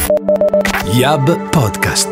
YAB Podcast.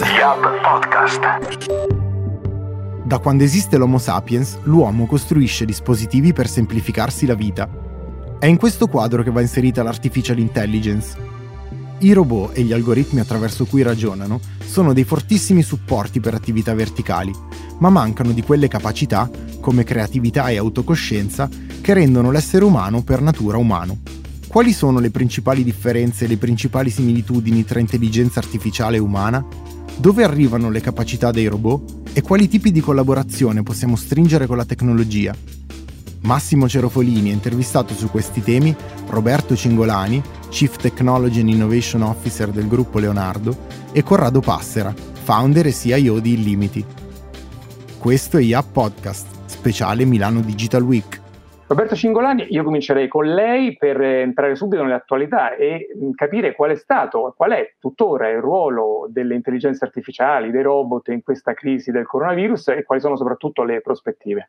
Da quando esiste l'Homo sapiens, l'uomo costruisce dispositivi per semplificarsi la vita. È in questo quadro che va inserita l'artificial intelligence. I robot e gli algoritmi attraverso cui ragionano sono dei fortissimi supporti per attività verticali, ma mancano di quelle capacità, come creatività e autocoscienza, che rendono l'essere umano per natura umano. Quali sono le principali differenze e le principali similitudini tra intelligenza artificiale e umana? Dove arrivano le capacità dei robot? E quali tipi di collaborazione possiamo stringere con la tecnologia? Massimo Cerofolini ha intervistato su questi temi Roberto Cingolani, Chief Technology and Innovation Officer del gruppo Leonardo, e Corrado Passera, founder e CIO di Illimity. Questo è YAB Podcast, speciale Milano Digital Week. Roberto Cingolani, io comincerei con lei per entrare subito nell'attualità e capire qual è tuttora il ruolo delle intelligenze artificiali, dei robot in questa crisi del coronavirus e quali sono soprattutto le prospettive.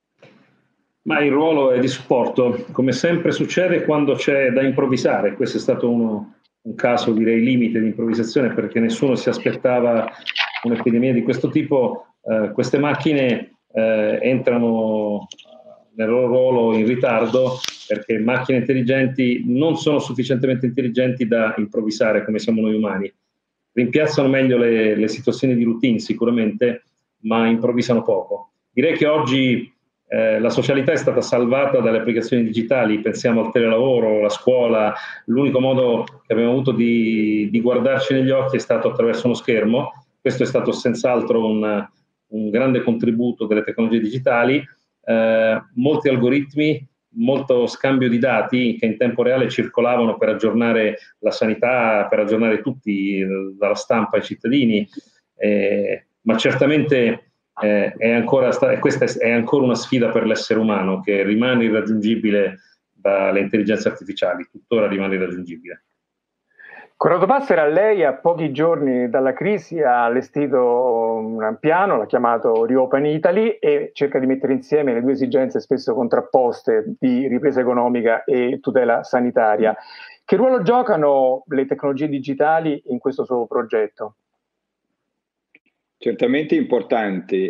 Ma il ruolo è di supporto, come sempre succede quando c'è da improvvisare. Questo è stato un caso, direi, limite di improvvisazione, perché nessuno si aspettava un'epidemia di questo tipo. Queste macchine entrano nel loro ruolo in ritardo, perché macchine intelligenti non sono sufficientemente intelligenti da improvvisare come siamo noi umani. Rimpiazzano meglio le situazioni di routine sicuramente, ma improvvisano poco. Direi che oggi la socialità è stata salvata dalle applicazioni digitali. Pensiamo al telelavoro, alla scuola. L'unico modo che abbiamo avuto di guardarci negli occhi è stato attraverso uno schermo. Questo è stato senz'altro un grande contributo delle tecnologie digitali. Molti algoritmi, molto scambio di dati che in tempo reale circolavano per aggiornare la sanità, per aggiornare tutti, dalla stampa ai cittadini, ma certamente questa è ancora una sfida per l'essere umano, che rimane irraggiungibile dalle intelligenze artificiali, tuttora rimane irraggiungibile. Corrado Passera, lei a pochi giorni dalla crisi ha allestito un piano, l'ha chiamato Reopen Italy, e cerca di mettere insieme le due esigenze spesso contrapposte di ripresa economica e tutela sanitaria. Che ruolo giocano le tecnologie digitali in questo suo progetto? Certamente importanti.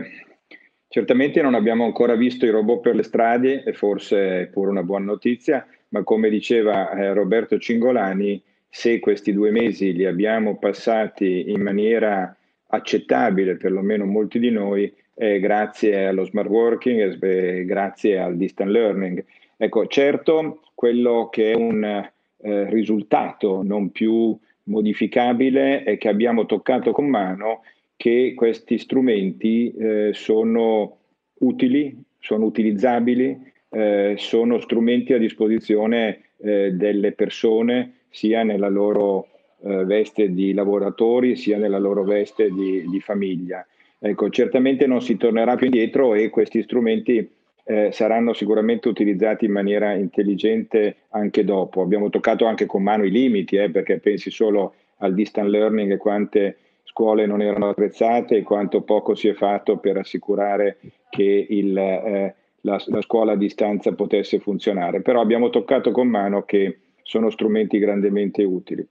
Certamente non abbiamo ancora visto i robot per le strade, e forse è pure una buona notizia, ma come diceva Roberto Cingolani, se questi 2 mesi li abbiamo passati in maniera accettabile, perlomeno molti di noi, grazie allo smart working e grazie al distant learning. Ecco, certo, quello che è un risultato non più modificabile è che abbiamo toccato con mano che questi strumenti sono utili, sono utilizzabili, sono strumenti a disposizione delle persone, sia nella loro veste di lavoratori, sia nella loro veste di famiglia. Ecco, certamente non si tornerà più indietro e questi strumenti saranno sicuramente utilizzati in maniera intelligente anche dopo. Abbiamo toccato anche con mano i limiti, perché pensi solo al distant learning e quante scuole non erano attrezzate e quanto poco si è fatto per assicurare che la scuola a distanza potesse funzionare. Però abbiamo toccato con mano che sono strumenti grandemente utili.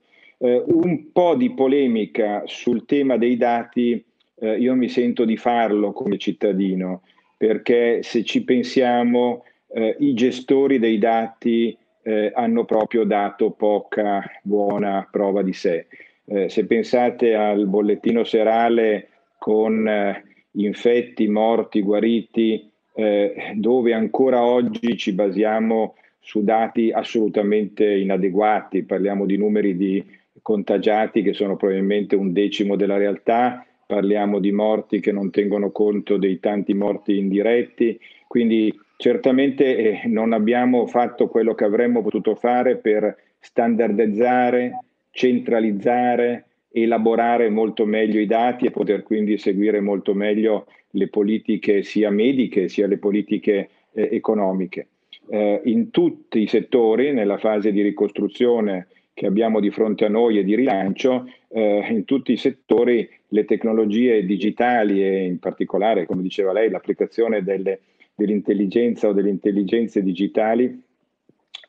Un po' di polemica sul tema dei dati io mi sento di farlo come cittadino, perché se ci pensiamo i gestori dei dati hanno proprio dato poca buona prova di sé. Se pensate al bollettino serale con infetti, morti, guariti, dove ancora oggi ci basiamo su dati assolutamente inadeguati, parliamo di numeri di contagiati che sono probabilmente 1/10 della realtà, parliamo di morti che non tengono conto dei tanti morti indiretti, quindi certamente non abbiamo fatto quello che avremmo potuto fare per standardizzare, centralizzare, elaborare molto meglio i dati e poter quindi seguire molto meglio le politiche sia mediche sia le politiche economiche. In tutti i settori, nella fase di ricostruzione che abbiamo di fronte a noi e di rilancio, in tutti i settori le tecnologie digitali e in particolare, come diceva lei, l'applicazione dell'intelligenza o delle intelligenze digitali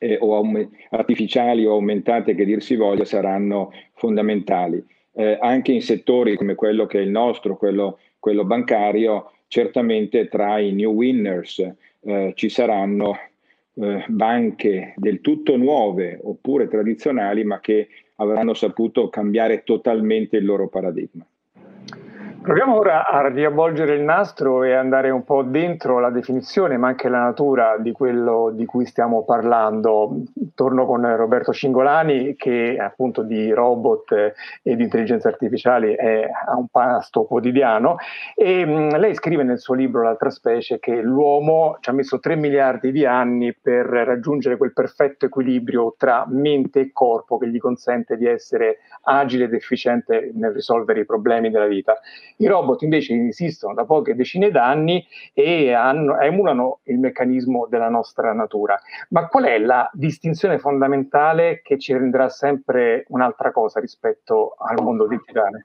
artificiali o aumentate che dir si voglia, saranno fondamentali. Anche in settori come quello che è il nostro, quello bancario, certamente tra i new winners ci saranno banche del tutto nuove oppure tradizionali, ma che avranno saputo cambiare totalmente il loro paradigma. Proviamo ora a riavvolgere il nastro e andare un po' dentro la definizione, ma anche la natura di quello di cui stiamo parlando. Torno con Roberto Cingolani, che appunto di robot e di intelligenza artificiale ha un pasto quotidiano, e lei scrive nel suo libro L'altra specie che l'uomo ci ha messo 3 miliardi di anni per raggiungere quel perfetto equilibrio tra mente e corpo che gli consente di essere agile ed efficiente nel risolvere i problemi della vita. I robot invece esistono da poche decine d'anni e emulano il meccanismo della nostra natura. Ma qual è la distinzione fondamentale che ci renderà sempre un'altra cosa rispetto al mondo digitale?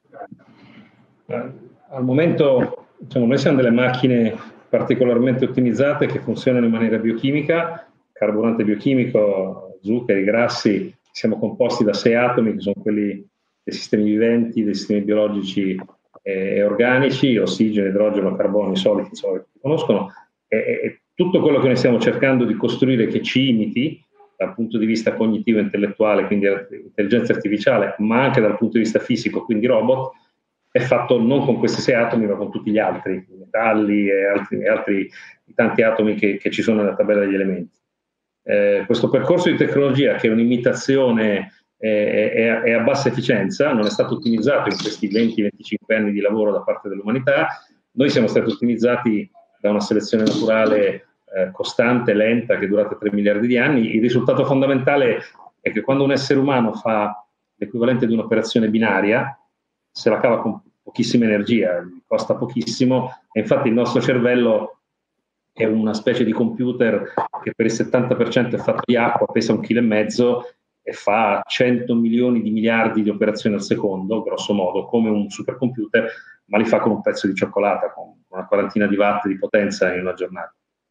Al momento, noi siamo delle macchine particolarmente ottimizzate che funzionano in maniera biochimica, carburante biochimico, zuccheri, grassi. Siamo composti da 6 atomi, che sono quelli dei sistemi viventi, dei sistemi biologici e organici, ossigeno, idrogeno, carbonio, solidi, insomma, che conoscono, e tutto quello che noi stiamo cercando di costruire che ci imiti dal punto di vista cognitivo e intellettuale, quindi intelligenza artificiale, ma anche dal punto di vista fisico, quindi robot, è fatto non con questi 6 atomi, ma con tutti gli altri, i metalli e altri tanti atomi che ci sono nella tabella degli elementi. Questo percorso di tecnologia, che è un'imitazione è a bassa efficienza, non è stato ottimizzato in questi 20-25 anni di lavoro da parte dell'umanità. Noi siamo stati ottimizzati da una selezione naturale costante, lenta, che è durata 3 miliardi di anni. Il risultato fondamentale è che quando un essere umano fa l'equivalente di un'operazione binaria, se la cava con pochissima energia, costa pochissimo, e infatti il nostro cervello è una specie di computer che per il 70% è fatto di acqua, pesa 1,5 kg e fa 100 milioni di miliardi di operazioni al secondo, grosso modo, come un supercomputer, ma li fa con un pezzo di cioccolata, con una quarantina di watt di potenza in una giornata.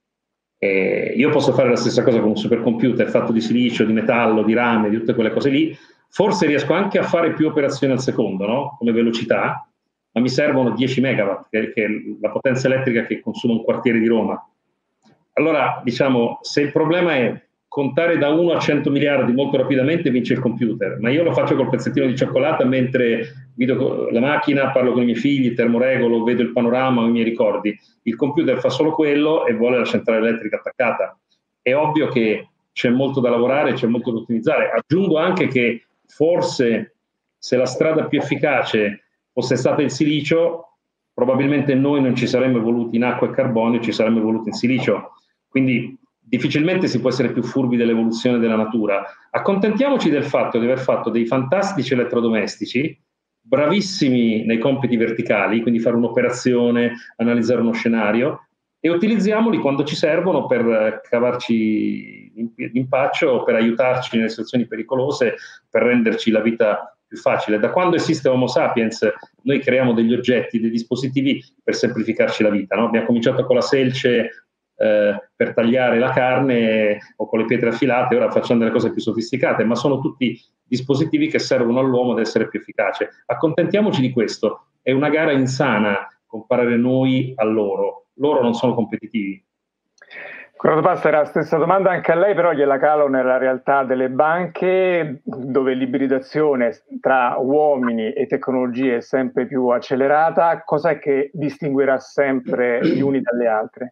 E io posso fare la stessa cosa con un supercomputer fatto di silicio, di metallo, di rame, di tutte quelle cose lì. Forse riesco anche a fare più operazioni al secondo, no? Come velocità, ma mi servono 10 megawatt, che è la potenza elettrica che consuma un quartiere di Roma. Allora, diciamo, se il problema è contare da 1 a 100 miliardi molto rapidamente, vince il computer, ma io lo faccio col pezzettino di cioccolata mentre guido la macchina, parlo con i miei figli, termoregolo, vedo il panorama o i miei ricordi. Il computer fa solo quello e vuole la centrale elettrica attaccata. È ovvio che c'è molto da lavorare, c'è molto da ottimizzare. Aggiungo anche che forse se la strada più efficace fosse stata il silicio, probabilmente noi non ci saremmo evoluti in acqua e carbonio, ci saremmo evoluti in silicio. Quindi difficilmente si può essere più furbi dell'evoluzione della natura. Accontentiamoci del fatto di aver fatto dei fantastici elettrodomestici, bravissimi nei compiti verticali, quindi fare un'operazione, analizzare uno scenario, e utilizziamoli quando ci servono per cavarci d'impaccio, per aiutarci nelle situazioni pericolose, per renderci la vita più facile. Da quando esiste Homo sapiens noi creiamo degli oggetti, dei dispositivi per semplificarci la vita, no? Abbiamo cominciato con la selce per tagliare la carne o con le pietre affilate, ora facciamo delle cose più sofisticate, ma sono tutti dispositivi che servono all'uomo ad essere più efficace. Accontentiamoci di questo. È una gara insana comparare noi a loro. Loro non sono competitivi. Corrado Passera, stessa domanda anche a lei, però gliela calo nella realtà delle banche, dove l'ibridazione tra uomini e tecnologie è sempre più accelerata. Cos'è che distinguerà sempre gli uni dalle altre?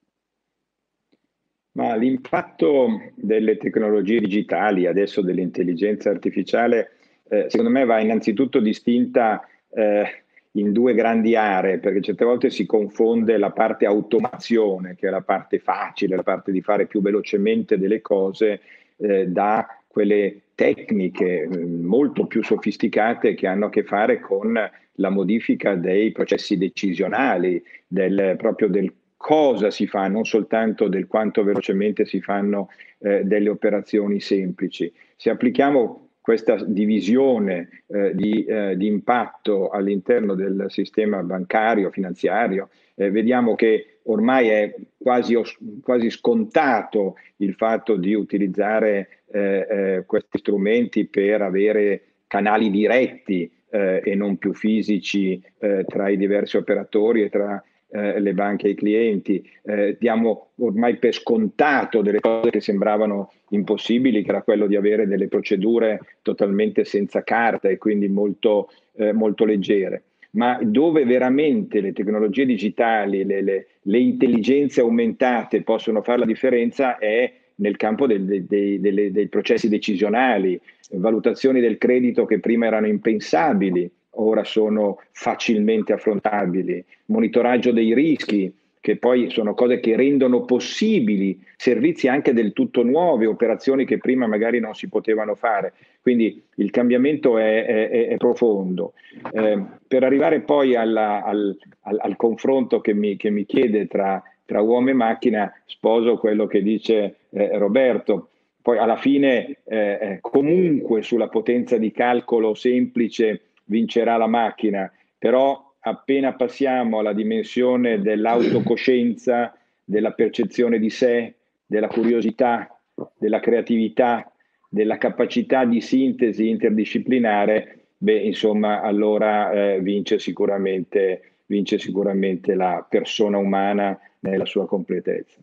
Ma l'impatto delle tecnologie digitali, adesso dell'intelligenza artificiale, secondo me va innanzitutto distinta in 2 grandi aree, perché certe volte si confonde la parte automazione, che è la parte facile, la parte di fare più velocemente delle cose, da quelle tecniche molto più sofisticate che hanno a che fare con la modifica dei processi decisionali, proprio del cosa si fa, non soltanto del quanto velocemente si fanno delle operazioni semplici. Se applichiamo questa divisione di impatto all'interno del sistema bancario, finanziario, vediamo che ormai è quasi scontato il fatto di utilizzare questi strumenti per avere canali diretti e non più fisici tra i diversi operatori e tra le banche e i clienti. Diamo ormai per scontato delle cose che sembravano impossibili, che era quello di avere delle procedure totalmente senza carta e quindi molto leggere. Ma dove veramente le tecnologie digitali, le intelligenze aumentate possono fare la differenza è nel campo dei processi decisionali, valutazioni del credito che prima erano impensabili, ora sono facilmente affrontabili, monitoraggio dei rischi, che poi sono cose che rendono possibili servizi anche del tutto nuovi, operazioni che prima magari non si potevano fare. Quindi il cambiamento è profondo. Per arrivare poi al confronto che mi chiede tra uomo e macchina, sposo quello che dice Roberto. Poi alla fine comunque sulla potenza di calcolo semplice vincerà la macchina, però appena passiamo alla dimensione dell'autocoscienza, della percezione di sé, della curiosità, della creatività, della capacità di sintesi interdisciplinare, insomma, allora vince sicuramente la persona umana nella sua completezza.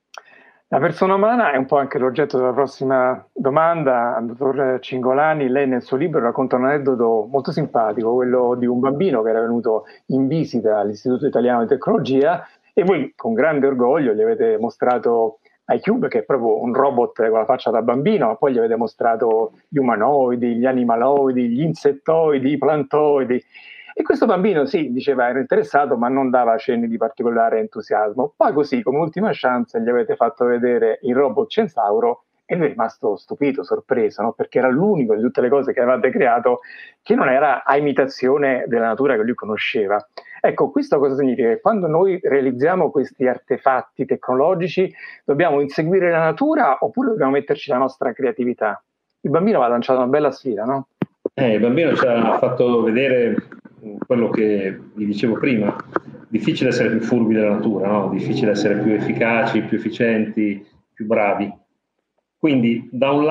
La persona umana è un po' anche l'oggetto della prossima domanda. Dottor Cingolani, lei nel suo libro racconta un aneddoto molto simpatico, quello di un bambino che era venuto in visita all'Istituto Italiano di Tecnologia e voi con grande orgoglio gli avete mostrato iCube, che è proprio un robot con la faccia da bambino, poi gli avete mostrato gli umanoidi, gli animaloidi, gli insettoidi, i plantoidi. E questo bambino, sì, diceva era interessato, ma non dava cenni di particolare entusiasmo. Poi così, come ultima chance, gli avete fatto vedere il robot Centauro e lui è rimasto stupito, sorpreso, no? Perché era l'unico di tutte le cose che avevate creato che non era a imitazione della natura che lui conosceva. Ecco, questo cosa significa? Che quando noi realizziamo questi artefatti tecnologici dobbiamo inseguire la natura oppure dobbiamo metterci la nostra creatività? Il bambino aveva lanciato una bella sfida, no? Il bambino ci ha fatto vedere quello che vi dicevo prima, difficile essere più furbi della natura, no? Difficile essere più efficaci, più efficienti, più bravi. Quindi da un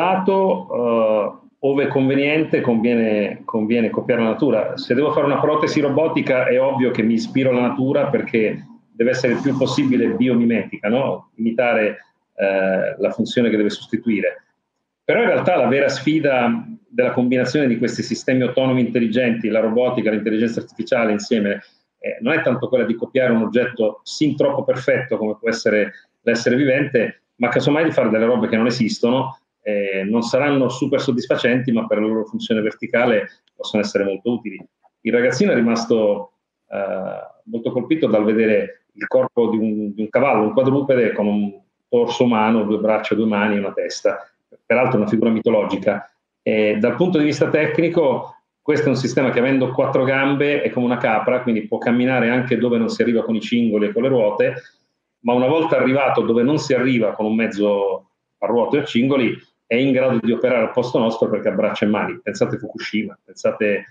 lato, ove conveniente, conviene copiare la natura. Se devo fare una protesi robotica è ovvio che mi ispiro alla natura perché deve essere il più possibile biomimetica, no? Imitare la funzione che deve sostituire. Però in realtà la vera sfida della combinazione di questi sistemi autonomi intelligenti, la robotica, l'intelligenza artificiale insieme, non è tanto quella di copiare un oggetto sin troppo perfetto come può essere l'essere vivente, ma casomai di fare delle robe che non esistono, non saranno super soddisfacenti, ma per la loro funzione verticale possono essere molto utili. Il ragazzino è rimasto molto colpito dal vedere il corpo di un cavallo, un quadrupede con un torso umano, 2 braccia, 2 mani e una testa, peraltro una figura mitologica. Dal punto di vista tecnico, questo è un sistema che avendo 4 gambe è come una capra, quindi può camminare anche dove non si arriva con i cingoli e con le ruote, ma una volta arrivato dove non si arriva con un mezzo a ruote o a cingoli, è in grado di operare al posto nostro perché ha braccia e mani. Pensate Fukushima, pensate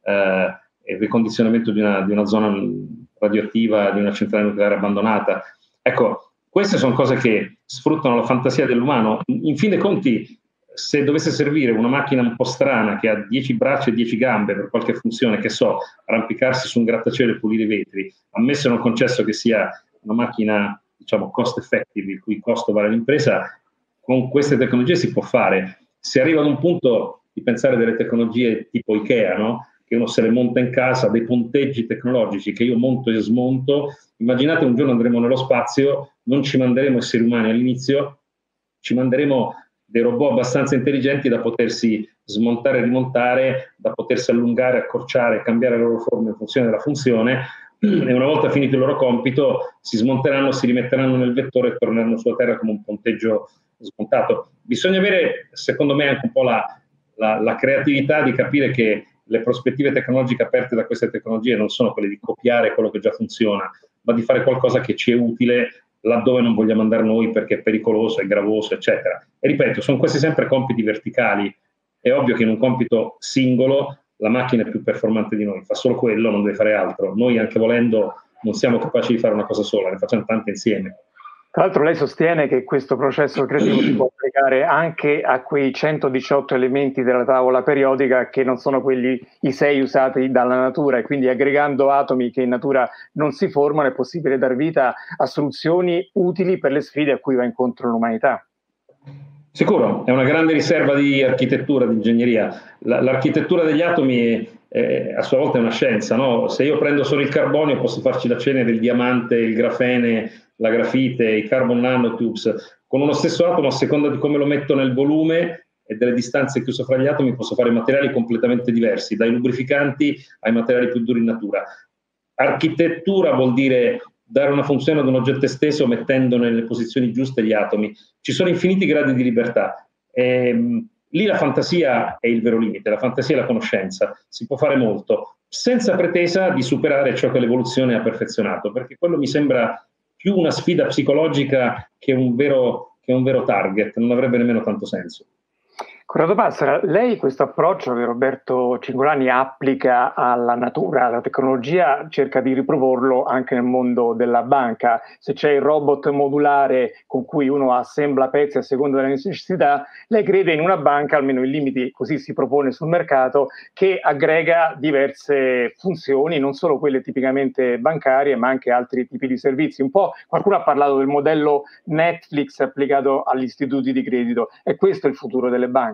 il ricondizionamento di una zona radioattiva, di una centrale nucleare abbandonata. Ecco, queste sono cose che sfruttano la fantasia dell'umano. In fin dei conti, se dovesse servire una macchina un po' strana che ha 10 braccia e 10 gambe per qualche funzione, che so, arrampicarsi su un grattacielo e pulire i vetri, ammesso e non concesso che sia una macchina, diciamo, cost effective, il cui costo vale l'impresa, con queste tecnologie si può fare. Si arriva ad un punto di pensare delle tecnologie tipo Ikea, no? Che uno se le monta in casa, dei ponteggi tecnologici che io monto e smonto. Immaginate un giorno andremo nello spazio, non ci manderemo esseri umani all'inizio, ci manderemo dei robot abbastanza intelligenti da potersi smontare e rimontare, da potersi allungare, accorciare, cambiare la loro forma in funzione della funzione, e una volta finito il loro compito si smonteranno, si rimetteranno nel vettore e torneranno sulla Terra come un ponteggio smontato. Bisogna avere, secondo me, anche un po' la creatività di capire che le prospettive tecnologiche aperte da queste tecnologie non sono quelle di copiare quello che già funziona, ma di fare qualcosa che ci è utile laddove non vogliamo andare noi perché è pericoloso, è gravoso, eccetera. E ripeto, sono questi sempre compiti verticali, È ovvio che in un compito singolo la macchina è più performante di noi, fa solo quello, non deve fare altro. Noi, anche volendo, non siamo capaci di fare una cosa sola, ne facciamo tante insieme. Tra l'altro lei sostiene che questo processo creativo si può applicare anche a quei 118 elementi della tavola periodica che non sono quelli i 6 usati dalla natura, e quindi aggregando atomi che in natura non si formano è possibile dar vita a soluzioni utili per le sfide a cui va incontro l'umanità. Sicuro, è una grande riserva di architettura, di ingegneria. L'architettura degli atomi a sua volta è una scienza, no? Se io prendo solo il carbonio posso farci la cena del diamante, il grafene, la grafite, i carbon nanotubes. Con uno stesso atomo, a seconda di come lo metto nel volume e delle distanze che uso fra gli atomi, posso fare materiali completamente diversi, dai lubrificanti ai materiali più duri in natura. Architettura vuol dire dare una funzione ad un oggetto esteso mettendo nelle posizioni giuste gli atomi. Ci sono infiniti gradi di libertà. Lì la fantasia è il vero limite, la fantasia è la conoscenza. Si può fare molto, senza pretesa di superare ciò che l'evoluzione ha perfezionato, perché quello mi sembra più una sfida psicologica che un vero target, non avrebbe nemmeno tanto senso. Corrado Passera, lei questo approccio che Roberto Cingolani applica alla natura, alla tecnologia, cerca di riproporlo anche nel mondo della banca. Se c'è il robot modulare con cui uno assembla pezzi a seconda delle necessità, lei crede in una banca, almeno in limiti così si propone sul mercato, che aggrega diverse funzioni, non solo quelle tipicamente bancarie, ma anche altri tipi di servizi. Un po' qualcuno ha parlato del modello Netflix applicato agli istituti di credito. È questo il futuro delle banche?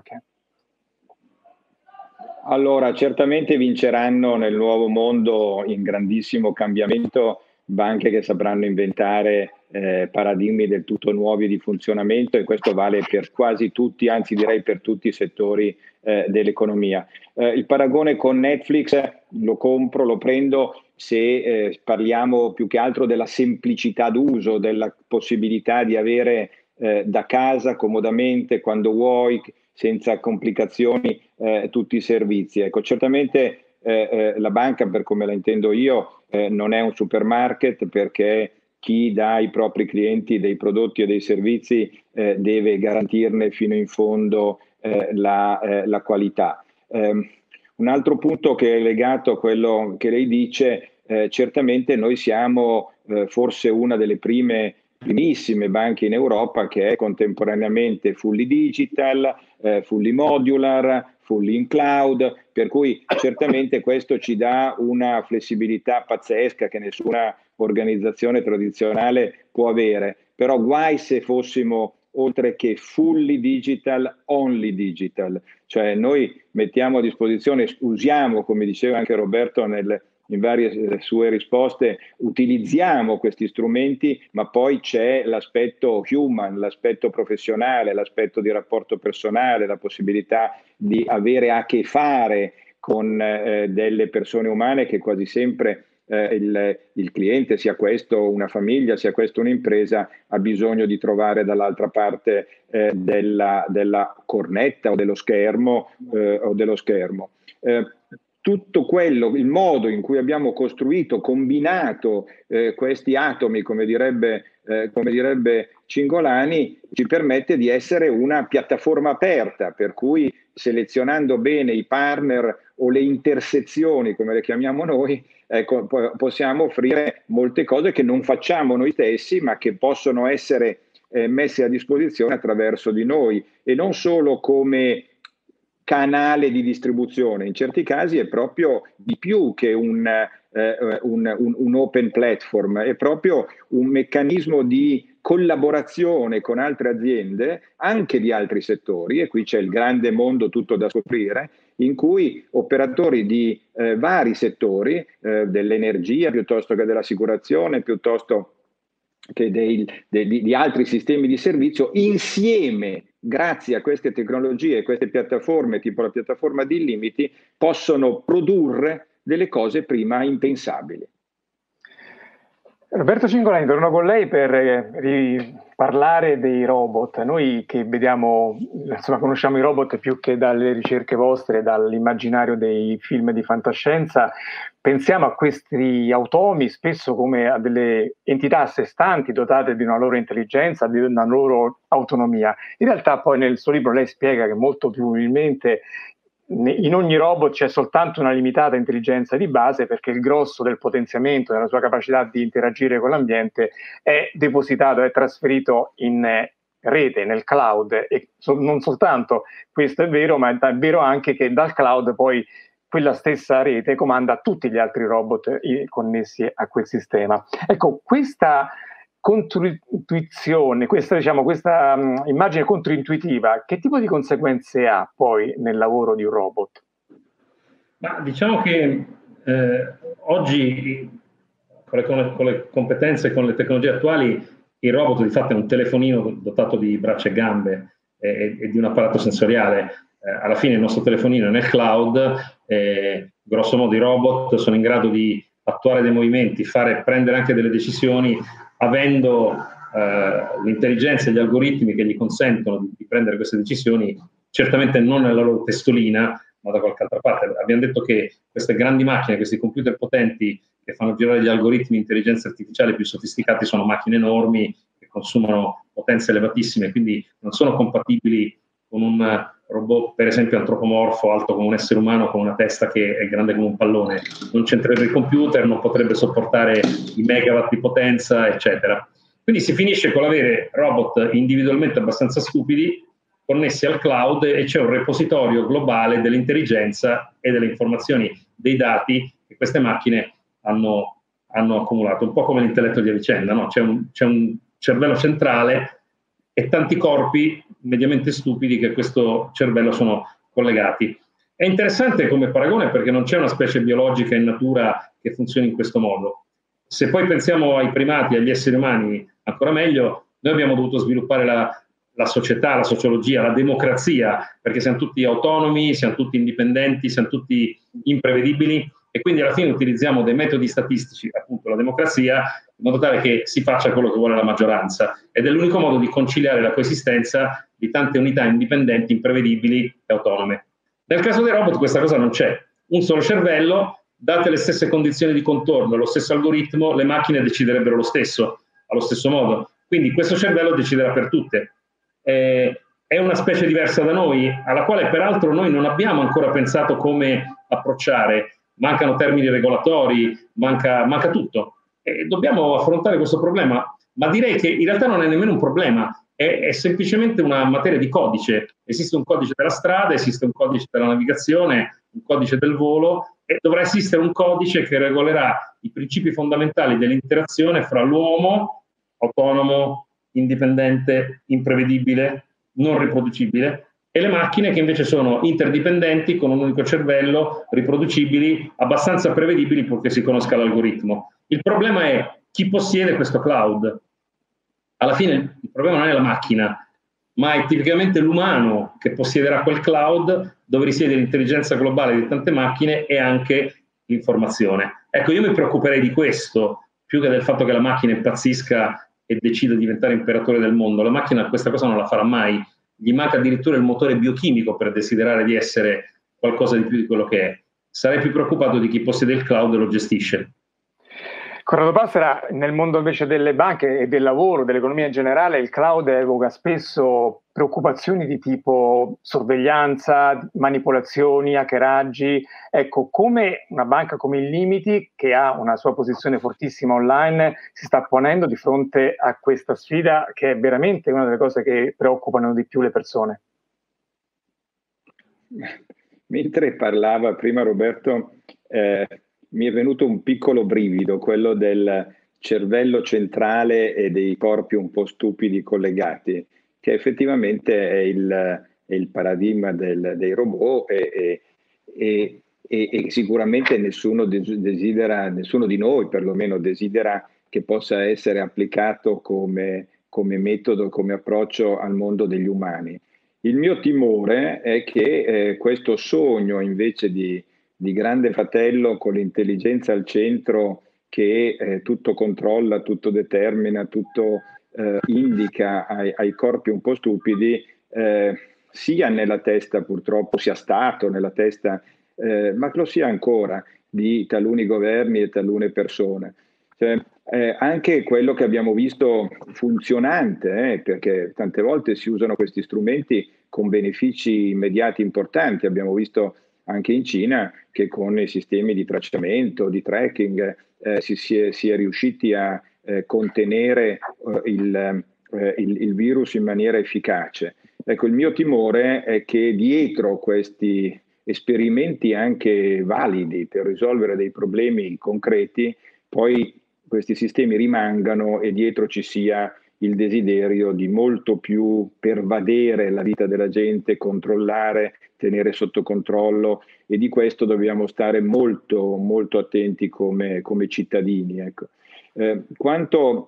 Allora, certamente vinceranno nel nuovo mondo in grandissimo cambiamento banche che sapranno inventare paradigmi del tutto nuovi di funzionamento, e questo vale per quasi tutti, anzi direi per tutti i settori dell'economia. Il paragone con Netflix lo compro, lo prendo se parliamo più che altro della semplicità d'uso, della possibilità di avere da casa comodamente, quando vuoi, senza complicazioni, tutti i servizi. Ecco, certamente la banca, per come la intendo io, non è un supermarket, perché chi dà ai propri clienti dei prodotti e dei servizi deve garantirne fino in fondo la qualità. Un altro punto che è legato a quello che lei dice, certamente noi siamo forse una delle primissime banche in Europa che è contemporaneamente fully digital, fully modular, fully in cloud, per cui certamente questo ci dà una flessibilità pazzesca che nessuna organizzazione tradizionale può avere. Però guai se fossimo, oltre che fully digital, only digital, cioè noi mettiamo a disposizione, usiamo, come diceva anche Roberto in varie sue risposte, utilizziamo questi strumenti, ma poi c'è l'aspetto human, l'aspetto professionale, l'aspetto di rapporto personale, la possibilità di avere a che fare con delle persone umane che quasi sempre il cliente, sia questo una famiglia, sia questo un'impresa, ha bisogno di trovare dall'altra parte della cornetta o dello schermo. Tutto quello, il modo in cui abbiamo costruito, combinato questi atomi, come direbbe Cingolani, ci permette di essere una piattaforma aperta, per cui selezionando bene i partner o le intersezioni, come le chiamiamo noi, ecco, possiamo offrire molte cose che non facciamo noi stessi, ma che possono essere messe a disposizione attraverso di noi, e non solo come canale di distribuzione. In certi casi è proprio di più che un open platform, è proprio un meccanismo di collaborazione con altre aziende, anche di altri settori, e qui c'è il grande mondo tutto da scoprire, in cui operatori di vari settori, dell'energia piuttosto che dell'assicurazione, piuttosto che di altri sistemi di servizio, insieme, grazie a queste tecnologie, queste piattaforme, tipo la piattaforma di Illimity, possono produrre delle cose prima impensabili. Roberto Cingolani, torno con lei per parlare dei robot. Noi che vediamo, insomma, conosciamo i robot più che dalle ricerche vostre, dall'immaginario dei film di fantascienza, pensiamo a questi automi spesso come a delle entità a sé stanti, dotate di una loro intelligenza, di una loro autonomia. In realtà poi nel suo libro lei spiega che molto più probabilmente in ogni robot c'è soltanto una limitata intelligenza di base, perché il grosso del potenziamento della sua capacità di interagire con l'ambiente è depositato, è trasferito in rete, nel cloud, e non soltanto questo è vero, ma è vero anche che dal cloud poi quella stessa rete comanda tutti gli altri robot connessi a quel sistema. Ecco, questa controintuizione, questa immagine controintuitiva, che tipo di conseguenze ha poi nel lavoro di un robot? Ma diciamo che oggi con le competenze e con le tecnologie attuali il robot di fatto è un telefonino dotato di braccia e gambe e di un apparato sensoriale. Alla fine il nostro telefonino è nel cloud, grosso modo i robot sono in grado di attuare dei movimenti, prendere anche delle decisioni, avendo l'intelligenza e gli algoritmi che gli consentono di prendere queste decisioni, certamente non nella loro testolina, ma da qualche altra parte. Abbiamo detto che queste grandi macchine, questi computer potenti che fanno girare gli algoritmi di intelligenza artificiale più sofisticati sono macchine enormi che consumano potenze elevatissime, quindi non sono compatibili con un robot, per esempio antropomorfo, alto come un essere umano, con una testa che è grande come un pallone. Non c'entrerebbe il computer, non potrebbe sopportare i megawatt di potenza, eccetera. Quindi si finisce con l'avere robot individualmente abbastanza stupidi, connessi al cloud, e c'è un repositorio globale dell'intelligenza e delle informazioni, dei dati che queste macchine hanno accumulato, un po' come l'intelletto di Avicenna, no? C'è un cervello centrale e tanti corpi mediamente stupidi che a questo cervello sono collegati. È interessante come paragone perché non c'è una specie biologica in natura che funzioni in questo modo. Se poi pensiamo ai primati, agli esseri umani, ancora meglio, noi abbiamo dovuto sviluppare la società, la sociologia, la democrazia, perché siamo tutti autonomi, siamo tutti indipendenti, siamo tutti imprevedibili, e quindi alla fine utilizziamo dei metodi statistici, appunto la democrazia, in modo tale che si faccia quello che vuole la maggioranza, ed è l'unico modo di conciliare la coesistenza di tante unità indipendenti, imprevedibili e autonome. Nel caso dei robot questa cosa non c'è. Un solo cervello, date le stesse condizioni di contorno, lo stesso algoritmo, le macchine deciderebbero lo stesso, allo stesso modo. Quindi questo cervello deciderà per tutte. È una specie diversa da noi, alla quale peraltro noi non abbiamo ancora pensato come approcciare. Mancano termini regolatori, manca tutto. E dobbiamo affrontare questo problema, ma direi che in realtà non è nemmeno un problema, è semplicemente una materia di codice. Esiste un codice della strada, esiste un codice della navigazione, un codice del volo, e dovrà esistere un codice che regolerà i principi fondamentali dell'interazione fra l'uomo, autonomo, indipendente, imprevedibile, non riproducibile, e le macchine che invece sono interdipendenti, con un unico cervello, riproducibili, abbastanza prevedibili purché si conosca l'algoritmo. Il problema è chi possiede questo cloud. Alla fine il problema non è la macchina, ma è tipicamente l'umano che possiederà quel cloud dove risiede l'intelligenza globale di tante macchine e anche l'informazione. Ecco, io mi preoccuperei di questo, più che del fatto che la macchina impazzisca e decida di diventare imperatore del mondo. La macchina questa cosa non la farà mai. Gli manca addirittura il motore biochimico per desiderare di essere qualcosa di più di quello che è. Sarei più preoccupato di chi possiede il cloud e lo gestisce. Corrado Passera, nel mondo invece delle banche e del lavoro, dell'economia in generale, il cloud evoca spesso preoccupazioni di tipo sorveglianza, manipolazioni, hackeraggi. Ecco, come una banca come Illimity, che ha una sua posizione fortissima online, si sta ponendo di fronte a questa sfida che è veramente una delle cose che preoccupano di più le persone? Mentre parlava prima Roberto, mi è venuto un piccolo brivido, quello del cervello centrale e dei corpi un po' stupidi collegati, che effettivamente è il paradigma dei robot e sicuramente nessuno di noi perlomeno desidera che possa essere applicato come metodo, come approccio al mondo degli umani. Il mio timore è che questo sogno invece di grande fratello con l'intelligenza al centro che tutto controlla, tutto determina, tutto indica ai corpi un po' stupidi, sia nella testa, purtroppo sia stato nella testa, ma che lo sia ancora, di taluni governi e talune persone. Cioè, anche quello che abbiamo visto funzionante, perché tante volte si usano questi strumenti con benefici immediati importanti. Abbiamo visto anche in Cina che con i sistemi di tracciamento, di tracking, si è riusciti a contenere il virus in maniera efficace. Ecco, il mio timore è che dietro questi esperimenti anche validi per risolvere dei problemi concreti, poi questi sistemi rimangano e dietro ci sia il desiderio di molto più pervadere la vita della gente, controllare, tenere sotto controllo, e di questo dobbiamo stare molto, molto attenti come cittadini. Ecco. Quanto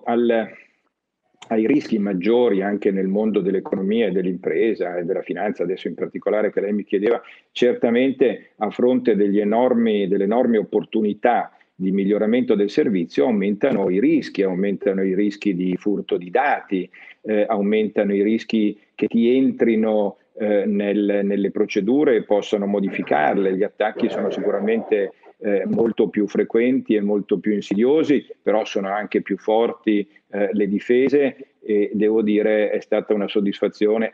ai rischi maggiori anche nel mondo dell'economia e dell'impresa e della finanza, adesso in particolare, che lei mi chiedeva, certamente a fronte delle enormi opportunità di miglioramento del servizio aumentano i rischi di furto di dati, aumentano i rischi che ti entrino nelle procedure e possano modificarle. Gli attacchi sono sicuramente molto più frequenti e molto più insidiosi, però sono anche più forti le difese, e devo dire è una soddisfazione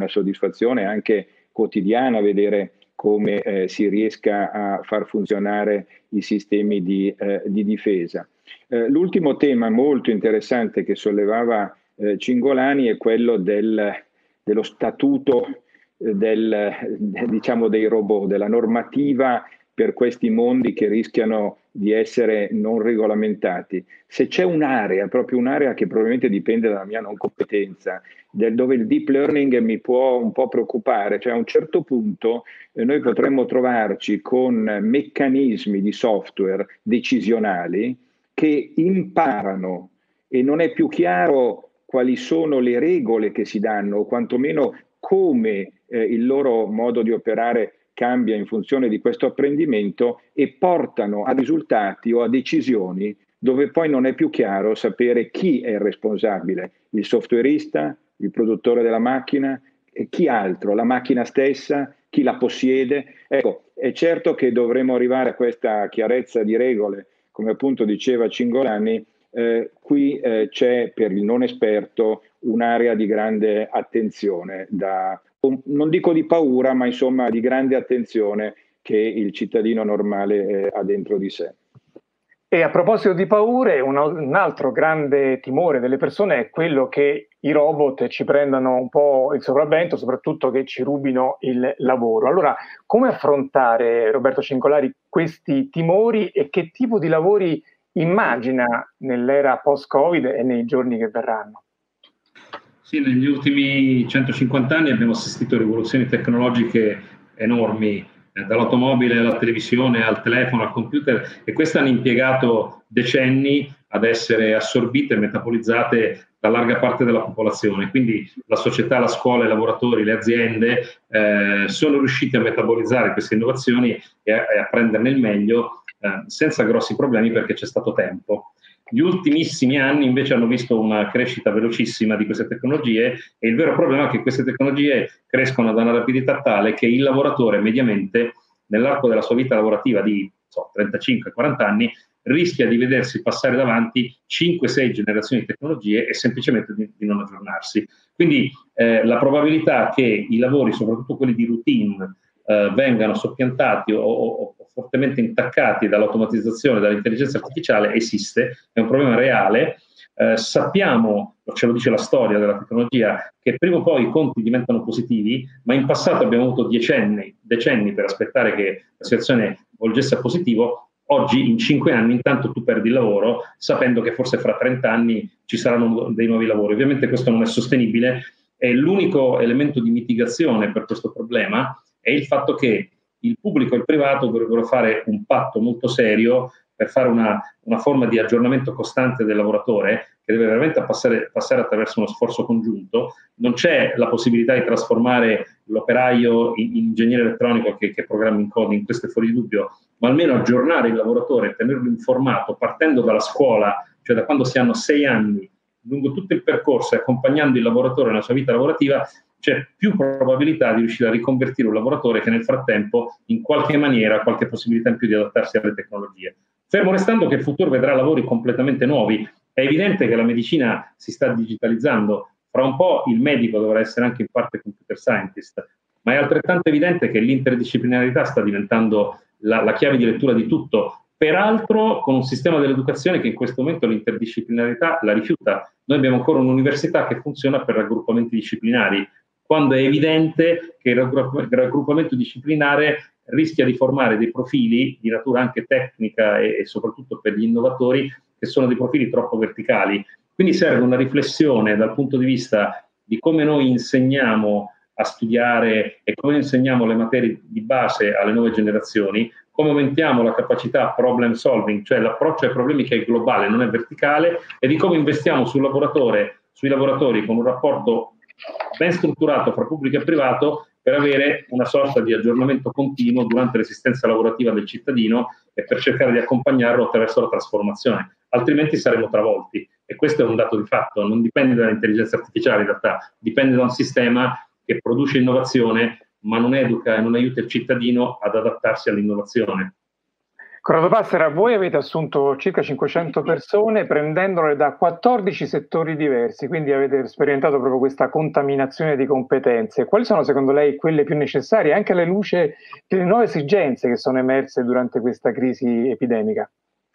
anche quotidiana vedere come si riesca a far funzionare i sistemi di difesa. L'ultimo tema molto interessante che sollevava Cingolani è quello dello statuto diciamo dei robot, della normativa per questi mondi che rischiano di essere non regolamentati. Se c'è proprio un'area che probabilmente dipende dalla mia non competenza, dove il deep learning mi può un po' preoccupare, cioè a un certo punto noi potremmo trovarci con meccanismi di software decisionali che imparano e non è più chiaro quali sono le regole che si danno, o quantomeno come il loro modo di operare cambia in funzione di questo apprendimento, e portano a risultati o a decisioni dove poi non è più chiaro sapere chi è il responsabile, il softwareista, il produttore della macchina, e chi altro, la macchina stessa, chi la possiede. Ecco, è certo che dovremo arrivare a questa chiarezza di regole, come appunto diceva Cingolani. Qui c'è per il non esperto un'area di grande attenzione, non dico di paura, ma insomma di grande attenzione che il cittadino normale ha dentro di sé. E a proposito di paure, un altro grande timore delle persone è quello che i robot ci prendano un po' il sopravvento, soprattutto che ci rubino il lavoro. Allora, come affrontare, Roberto Cingolani, questi timori, e che tipo di lavori immagina nell'era post-Covid e nei giorni che verranno? Sì, negli ultimi 150 anni abbiamo assistito a rivoluzioni tecnologiche enormi, dall'automobile alla televisione, al telefono, al computer, e queste hanno impiegato decenni ad essere assorbite e metabolizzate da larga parte della popolazione. Quindi la società, la scuola, i lavoratori, le aziende sono riusciti a metabolizzare queste innovazioni e a prenderne il meglio senza grossi problemi, perché c'è stato tempo. Gli ultimissimi anni invece hanno visto una crescita velocissima di queste tecnologie, e il vero problema è che queste tecnologie crescono da una rapidità tale che il lavoratore mediamente nell'arco della sua vita lavorativa di 35-40 anni rischia di vedersi passare davanti 5-6 generazioni di tecnologie e semplicemente di non aggiornarsi. Quindi la probabilità che i lavori, soprattutto quelli di routine, vengano soppiantati o fortemente intaccati dall'automatizzazione, dall'intelligenza artificiale esiste, è un problema reale. Sappiamo, ce lo dice la storia della tecnologia, che prima o poi i conti diventano positivi, ma in passato abbiamo avuto decenni per aspettare che la situazione volgesse a positivo. Oggi in 5 anni intanto tu perdi il lavoro sapendo che forse fra 30 anni ci saranno dei nuovi lavori. Ovviamente questo non è sostenibile, e l'unico elemento di mitigazione per questo problema è il fatto che il pubblico e il privato dovrebbero fare un patto molto serio per fare una forma di aggiornamento costante del lavoratore, che deve veramente passare attraverso uno sforzo congiunto. Non c'è la possibilità di trasformare l'operaio in ingegnere elettronico che programma in coding, questo è fuori di dubbio, ma almeno aggiornare il lavoratore, tenerlo informato, partendo dalla scuola, cioè da quando si hanno 6 anni, lungo tutto il percorso e accompagnando il lavoratore nella sua vita lavorativa, c'è più probabilità di riuscire a riconvertire un lavoratore che nel frattempo in qualche maniera ha qualche possibilità in più di adattarsi alle tecnologie. Fermo restando che il futuro vedrà lavori completamente nuovi. È evidente che la medicina si sta digitalizzando, fra un po' il medico dovrà essere anche in parte computer scientist, ma è altrettanto evidente che l'interdisciplinarità sta diventando la chiave di lettura di tutto, peraltro con un sistema dell'educazione che in questo momento l'interdisciplinarità la rifiuta. Noi abbiamo ancora un'università che funziona per raggruppamenti disciplinari, quando è evidente che il raggruppamento disciplinare rischia di formare dei profili di natura anche tecnica e soprattutto per gli innovatori, che sono dei profili troppo verticali. Quindi serve una riflessione dal punto di vista di come noi insegniamo a studiare e come insegniamo le materie di base alle nuove generazioni, come aumentiamo la capacità problem solving, cioè l'approccio ai problemi che è globale, non è verticale, e di come investiamo sui lavoratori con un rapporto ben strutturato fra pubblico e privato per avere una sorta di aggiornamento continuo durante l'esistenza lavorativa del cittadino e per cercare di accompagnarlo attraverso la trasformazione, altrimenti saremo travolti. E questo è un dato di fatto, non dipende dall'intelligenza artificiale in realtà, dipende da un sistema che produce innovazione ma non educa e non aiuta il cittadino ad adattarsi all'innovazione. Corrado Passera, voi avete assunto circa 500 persone prendendole da 14 settori diversi, quindi avete sperimentato proprio questa contaminazione di competenze. Quali sono secondo lei quelle più necessarie, anche alla luce delle nuove esigenze che sono emerse durante questa crisi epidemica?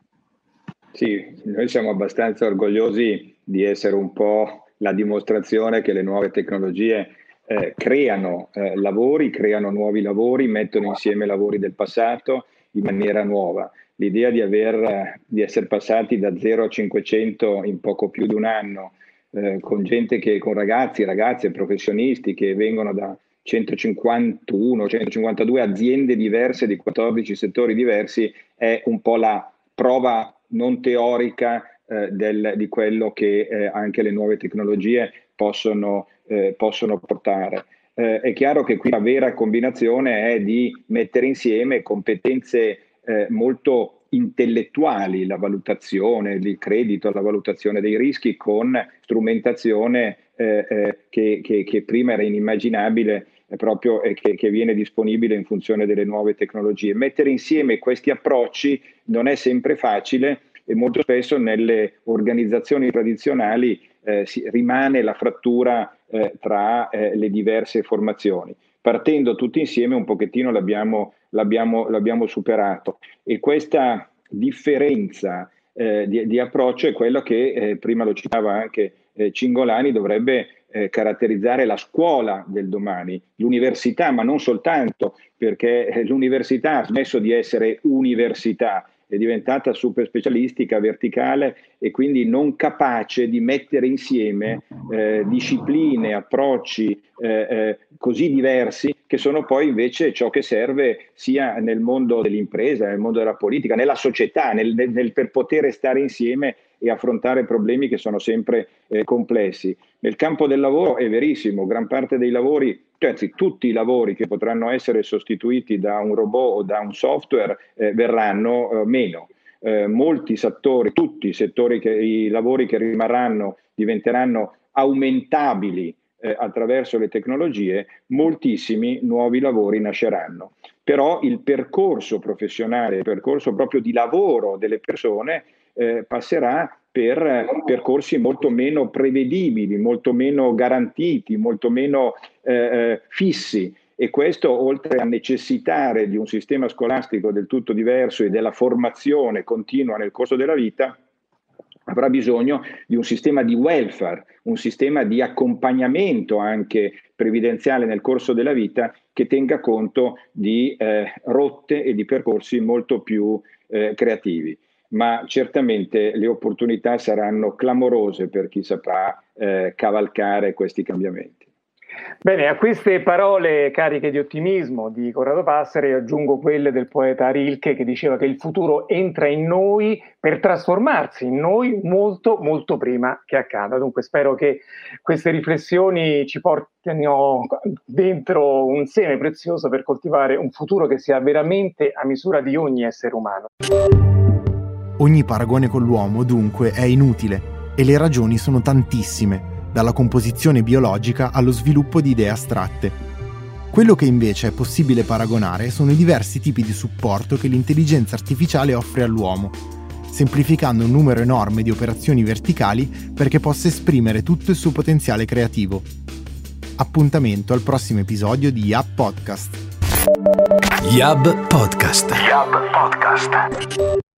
Sì, noi siamo abbastanza orgogliosi di essere un po' la dimostrazione che le nuove tecnologie creano lavori, creano nuovi lavori, mettono insieme lavori del passato in maniera nuova. L'idea di essere passati da 0 a 500 in poco più di un anno, con ragazzi, ragazze, professionisti che vengono da 151, 152 aziende diverse di 14 settori diversi, è un po' la prova non teorica di quello che anche le nuove tecnologie possono portare. È chiaro che qui la vera combinazione è di mettere insieme competenze molto intellettuali, la valutazione, il credito, la valutazione dei rischi, con strumentazione che prima era inimmaginabile proprio e che viene disponibile in funzione delle nuove tecnologie. Mettere insieme questi approcci non è sempre facile e molto spesso nelle organizzazioni tradizionali rimane la frattura tra le diverse formazioni. Partendo tutti insieme un pochettino l'abbiamo superato, e questa differenza di approccio è quello che prima lo citava anche Cingolani, dovrebbe caratterizzare la scuola del domani, l'università, ma non soltanto, perché l'università ha smesso di essere università, è diventata super specialistica, verticale, e quindi non capace di mettere insieme discipline, approcci così diversi, che sono poi invece ciò che serve sia nel mondo dell'impresa, nel mondo della politica, nella società, per poter stare insieme e affrontare problemi che sono sempre complessi. Nel campo del lavoro è verissimo, gran parte dei lavori, anzi tutti i lavori che potranno essere sostituiti da un robot o da un software verranno meno. Molti settori, tutti i lavori che rimarranno diventeranno aumentabili attraverso le tecnologie, moltissimi nuovi lavori nasceranno. Però il percorso professionale, il percorso proprio di lavoro delle persone passerà per percorsi molto meno prevedibili, molto meno garantiti, molto meno fissi, e questo, oltre a necessitare di un sistema scolastico del tutto diverso e della formazione continua nel corso della vita, avrà bisogno di un sistema di welfare, un sistema di accompagnamento anche previdenziale nel corso della vita, che tenga conto di rotte e di percorsi molto più creativi. Ma certamente le opportunità saranno clamorose per chi saprà cavalcare questi cambiamenti. Bene, a queste parole cariche di ottimismo di Corrado Passera aggiungo quelle del poeta Rilke, che diceva che il futuro entra in noi per trasformarsi in noi molto molto prima che accada. Dunque spero che queste riflessioni ci portino dentro un seme prezioso per coltivare un futuro che sia veramente a misura di ogni essere umano. Ogni paragone con l'uomo dunque è inutile e le ragioni sono tantissime, dalla composizione biologica allo sviluppo di idee astratte. Quello che invece è possibile paragonare sono i diversi tipi di supporto che l'intelligenza artificiale offre all'uomo, semplificando un numero enorme di operazioni verticali perché possa esprimere tutto il suo potenziale creativo. Appuntamento al prossimo episodio di Yab Podcast. Yab Podcast.